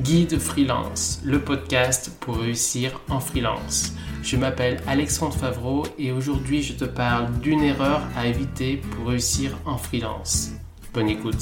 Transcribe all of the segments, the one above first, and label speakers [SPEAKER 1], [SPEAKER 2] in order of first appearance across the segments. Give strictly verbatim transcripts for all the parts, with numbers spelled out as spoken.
[SPEAKER 1] Guide Freelance, le podcast pour réussir en freelance. Je m'appelle Alexandre Favreau et aujourd'hui je te parle d'une erreur à éviter pour réussir en freelance. Bonne écoute.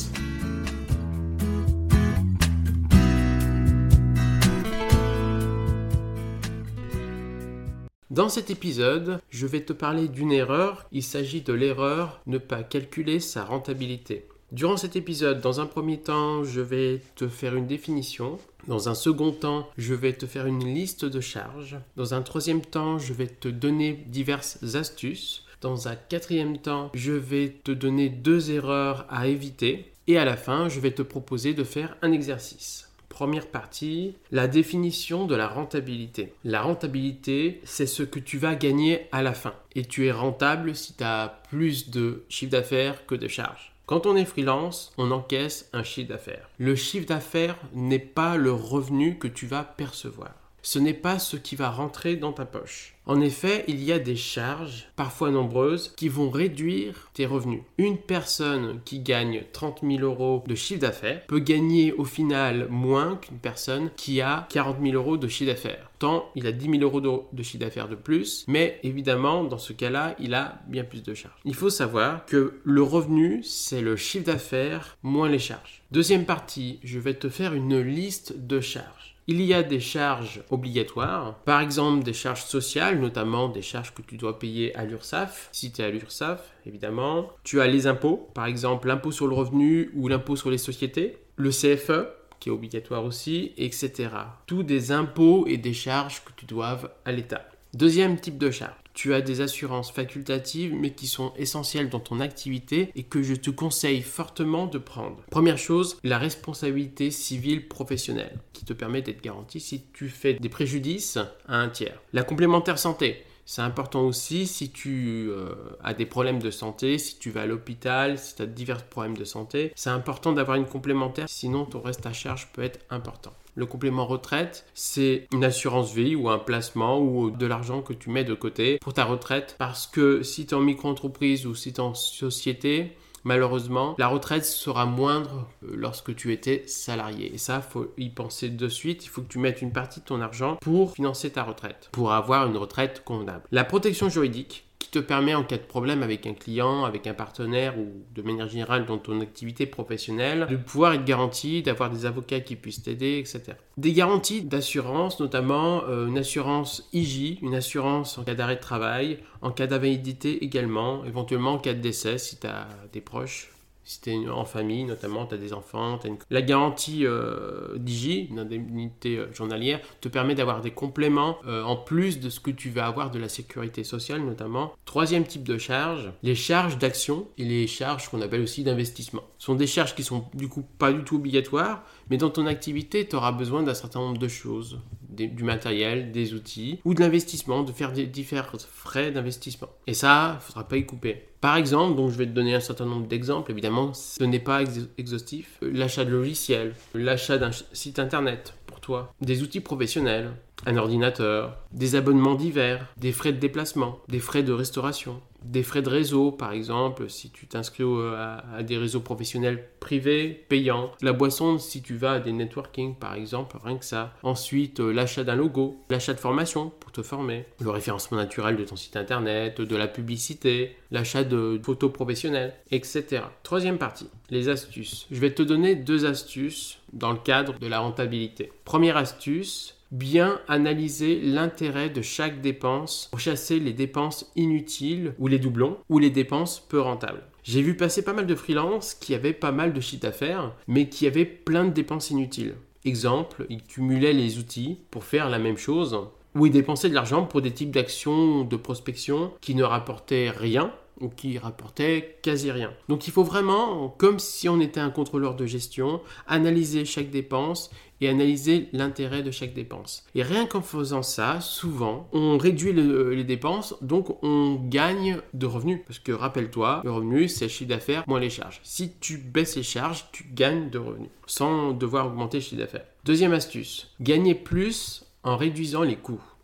[SPEAKER 1] Dans cet épisode, je vais te parler d'une erreur. Il s'agit de l'erreur ne pas calculer sa rentabilité. Durant cet épisode, dans un premier temps, je vais te faire une définition. Dans un second temps, je vais te faire une liste de charges. Dans un troisième temps, je vais te donner diverses astuces. Dans un quatrième temps, je vais te donner deux erreurs à éviter. Et à la fin, je vais te proposer de faire un exercice. Première partie, la définition de la rentabilité. La rentabilité, c'est ce que tu vas gagner à la fin. Et tu es rentable si tu as plus de chiffre d'affaires que de charges. Quand on est freelance, on encaisse un chiffre d'affaires. Le chiffre d'affaires n'est pas le revenu que tu vas percevoir. Ce n'est pas ce qui va rentrer dans ta poche. En effet, il y a des charges, parfois nombreuses, qui vont réduire tes revenus. Une personne qui gagne trente mille euros de chiffre d'affaires peut gagner au final moins qu'une personne qui a quarante mille euros de chiffre d'affaires. Tant il a dix mille euros de, de chiffre d'affaires de plus, mais évidemment, dans ce cas-là, il a bien plus de charges. Il faut savoir que le revenu, c'est le chiffre d'affaires moins les charges. Deuxième partie, je vais te faire une liste de charges. Il y a des charges obligatoires, par exemple des charges sociales, notamment des charges que tu dois payer à l'URSSAF, si tu es à l'URSSAF, évidemment. Tu as les impôts, par exemple l'impôt sur le revenu ou l'impôt sur les sociétés, le C F E, qui est obligatoire aussi, et cetera. Tous des impôts et des charges que tu dois à l'État. Deuxième type de charge. Tu as des assurances facultatives mais qui sont essentielles dans ton activité et que je te conseille fortement de prendre. Première chose, la responsabilité civile professionnelle qui te permet d'être garanti si tu fais des préjudices à un tiers. La complémentaire santé. C'est important aussi si tu euh, as des problèmes de santé, si tu vas à l'hôpital, si tu as divers problèmes de santé. C'est important d'avoir une complémentaire, sinon ton reste à charge peut être important. Le complément retraite, c'est une assurance vie ou un placement ou de l'argent que tu mets de côté pour ta retraite. Parce que si tu es en micro-entreprise ou si tu es en société, malheureusement, la retraite sera moindre lorsque tu étais salarié. Et ça, il faut y penser de suite. Il faut que tu mettes une partie de ton argent pour financer ta retraite, pour avoir une retraite convenable. La protection juridique, qui te permet en cas de problème avec un client, avec un partenaire ou de manière générale dans ton activité professionnelle, de pouvoir être garanti, d'avoir des avocats qui puissent t'aider, et cetera. Des garanties d'assurance, notamment euh, une assurance I J, une assurance en cas d'arrêt de travail, en cas d'invalidité également, éventuellement en cas de décès si tu as des proches. Si tu es en famille, notamment, tu as des enfants. T'as une... La garantie euh, d'I J, une indemnité euh, journalière, te permet d'avoir des compléments euh, en plus de ce que tu vas avoir de la sécurité sociale, notamment. Troisième type de charge, les charges d'action et les charges qu'on appelle aussi d'investissement. Ce sont des charges qui sont du coup pas du tout obligatoires, mais dans ton activité, tu auras besoin d'un certain nombre de choses. Des, du matériel, des outils ou de l'investissement, de faire des différents frais d'investissement. Et ça, il ne faudra pas y couper. Par exemple, donc je vais te donner un certain nombre d'exemples, évidemment, ce n'est pas ex- exhaustif. L'achat de logiciels, l'achat d'un site internet pour toi, des outils professionnels, un ordinateur, des abonnements divers, des frais de déplacement, des frais de restauration, des frais de réseau, par exemple, si tu t'inscris à, à des réseaux professionnels privés, payants. La boisson, si tu vas à des networking, par exemple, rien que ça. Ensuite, euh, l'achat d'un logo, l'achat de formation pour te former, le référencement naturel de ton site internet, de la publicité, l'achat de photos professionnelles, et cetera. Troisième partie, les astuces. Je vais te donner deux astuces dans le cadre de la rentabilité. Première astuce, bien analyser l'intérêt de chaque dépense pour chasser les dépenses inutiles ou les doublons ou les dépenses peu rentables. J'ai vu passer pas mal de freelances qui avaient pas mal de chiffre d'affaires mais qui avaient plein de dépenses inutiles. Exemple, ils cumulaient les outils pour faire la même chose ou ils dépensaient de l'argent pour des types d'actions de prospection qui ne rapportaient rien ou qui rapportaient quasi rien. Donc il faut vraiment, comme si on était un contrôleur de gestion, analyser chaque dépense et analyser l'intérêt de chaque dépense. Et rien qu'en faisant ça, souvent, on réduit le, les dépenses, donc on gagne de revenus. Parce que rappelle-toi, le revenu, c'est le chiffre d'affaires moins les charges. Si tu baisses les charges, tu gagnes de revenus, sans devoir augmenter le chiffre d'affaires. Deuxième astuce, gagner plus en réduisant les coûts.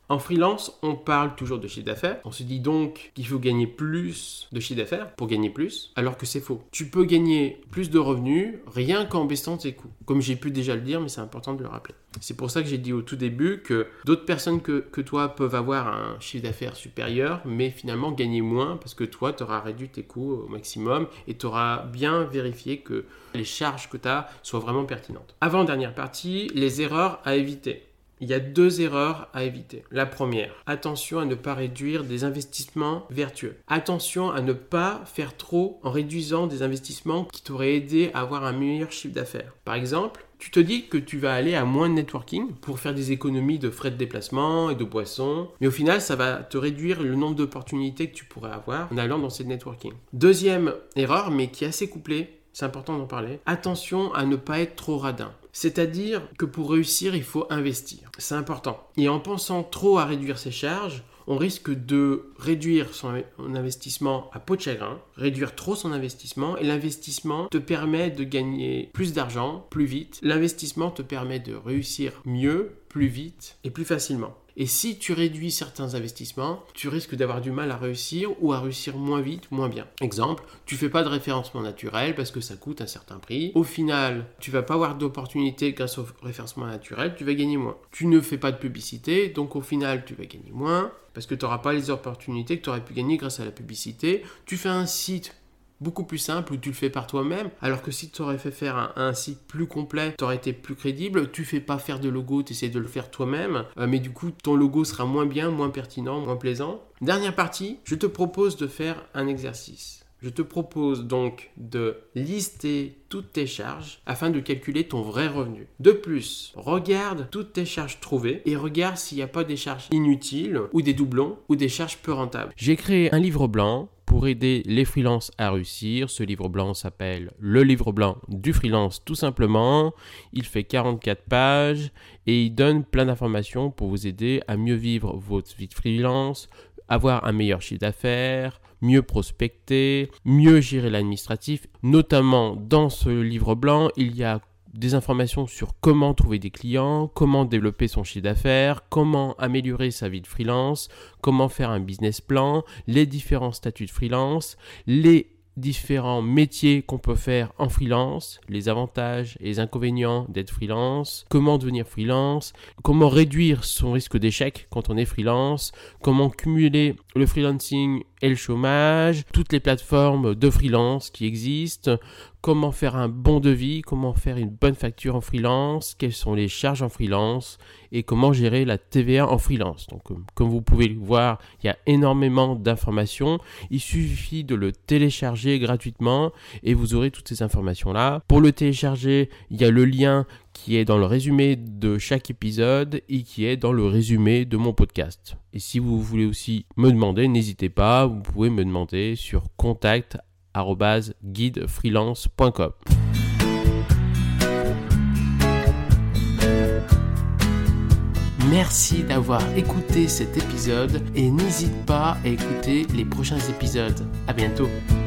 [SPEAKER 1] En freelance, on parle toujours de chiffre d'affaires. On se dit donc qu'il faut gagner plus de chiffre d'affaires pour gagner plus, alors que c'est faux. Tu peux gagner plus de revenus rien qu'en baissant tes coûts. Comme j'ai pu déjà le dire, mais c'est important de le rappeler. C'est pour ça que j'ai dit au tout début que d'autres personnes que, que toi peuvent avoir un chiffre d'affaires supérieur, mais finalement gagner moins parce que toi, tu auras réduit tes coûts au maximum et tu auras bien vérifié que les charges que tu as soient vraiment pertinentes. Avant-dernière partie, les erreurs à éviter. Il y a deux erreurs à éviter. La première, attention à ne pas réduire des investissements vertueux. Attention à ne pas faire trop en réduisant des investissements qui t'auraient aidé à avoir un meilleur chiffre d'affaires. Par exemple, tu te dis que tu vas aller à moins de networking pour faire des économies de frais de déplacement et de boissons, mais au final, ça va te réduire le nombre d'opportunités que tu pourrais avoir en allant dans ces networking. Deuxième erreur, mais qui est assez couplée, c'est important d'en parler, attention à ne pas être trop radin. C'est-à-dire que pour réussir, il faut investir. C'est important. Et en pensant trop à réduire ses charges, on risque de réduire son investissement à peau de chagrin, réduire trop son investissement, et l'investissement te permet de gagner plus d'argent, plus vite. L'investissement te permet de réussir mieux, plus vite et plus facilement. Et si tu réduis certains investissements, tu risques d'avoir du mal à réussir ou à réussir moins vite, moins bien. Exemple, tu ne fais pas de référencement naturel parce que ça coûte un certain prix. Au final, tu ne vas pas avoir d'opportunité grâce au référencement naturel, tu vas gagner moins. Tu ne fais pas de publicité, donc au final, tu vas gagner moins parce que tu n'auras pas les opportunités que tu aurais pu gagner grâce à la publicité. Tu fais un site beaucoup plus simple où tu le fais par toi-même, alors que si tu aurais fait faire un, un site plus complet, tu aurais été plus crédible. Tu fais pas faire de logo, tu essaies de le faire toi-même, euh, mais du coup ton logo sera moins bien, moins pertinent, moins plaisant. Dernière partie, je te propose de faire un exercice. Je te propose donc de lister toutes tes charges afin de calculer ton vrai revenu. De plus, regarde toutes tes charges trouvées et regarde s'il n'y a pas des charges inutiles ou des doublons ou des charges peu rentables. J'ai créé un livre blanc pour aider les freelances à réussir. Ce livre blanc s'appelle le livre blanc du freelance tout simplement. Il fait quarante-quatre pages et il donne plein d'informations pour vous aider à mieux vivre votre vie de freelance, avoir un meilleur chiffre d'affaires, mieux prospecter, mieux gérer l'administratif. Notamment dans ce livre blanc, il y a des informations sur comment trouver des clients, comment développer son chiffre d'affaires, comment améliorer sa vie de freelance, comment faire un business plan, les différents statuts de freelance, les différents métiers qu'on peut faire en freelance, les avantages et les inconvénients d'être freelance, comment devenir freelance, comment réduire son risque d'échec quand on est freelance, comment cumuler le freelancing et le chômage, toutes les plateformes de freelance qui existent, comment faire un bon devis, comment faire une bonne facture en freelance, quelles sont les charges en freelance et comment gérer la T V A en freelance. Donc, comme vous pouvez le voir, il y a énormément d'informations. Il suffit de le télécharger gratuitement et vous aurez toutes ces informations-là. Pour le télécharger, il y a le lien qui est dans le résumé de chaque épisode et qui est dans le résumé de mon podcast. Et si vous voulez aussi me demander, n'hésitez pas, vous pouvez me demander sur contact arobase guide freelance point com. Merci d'avoir écouté cet épisode et n'hésite pas à écouter les prochains épisodes. À bientôt.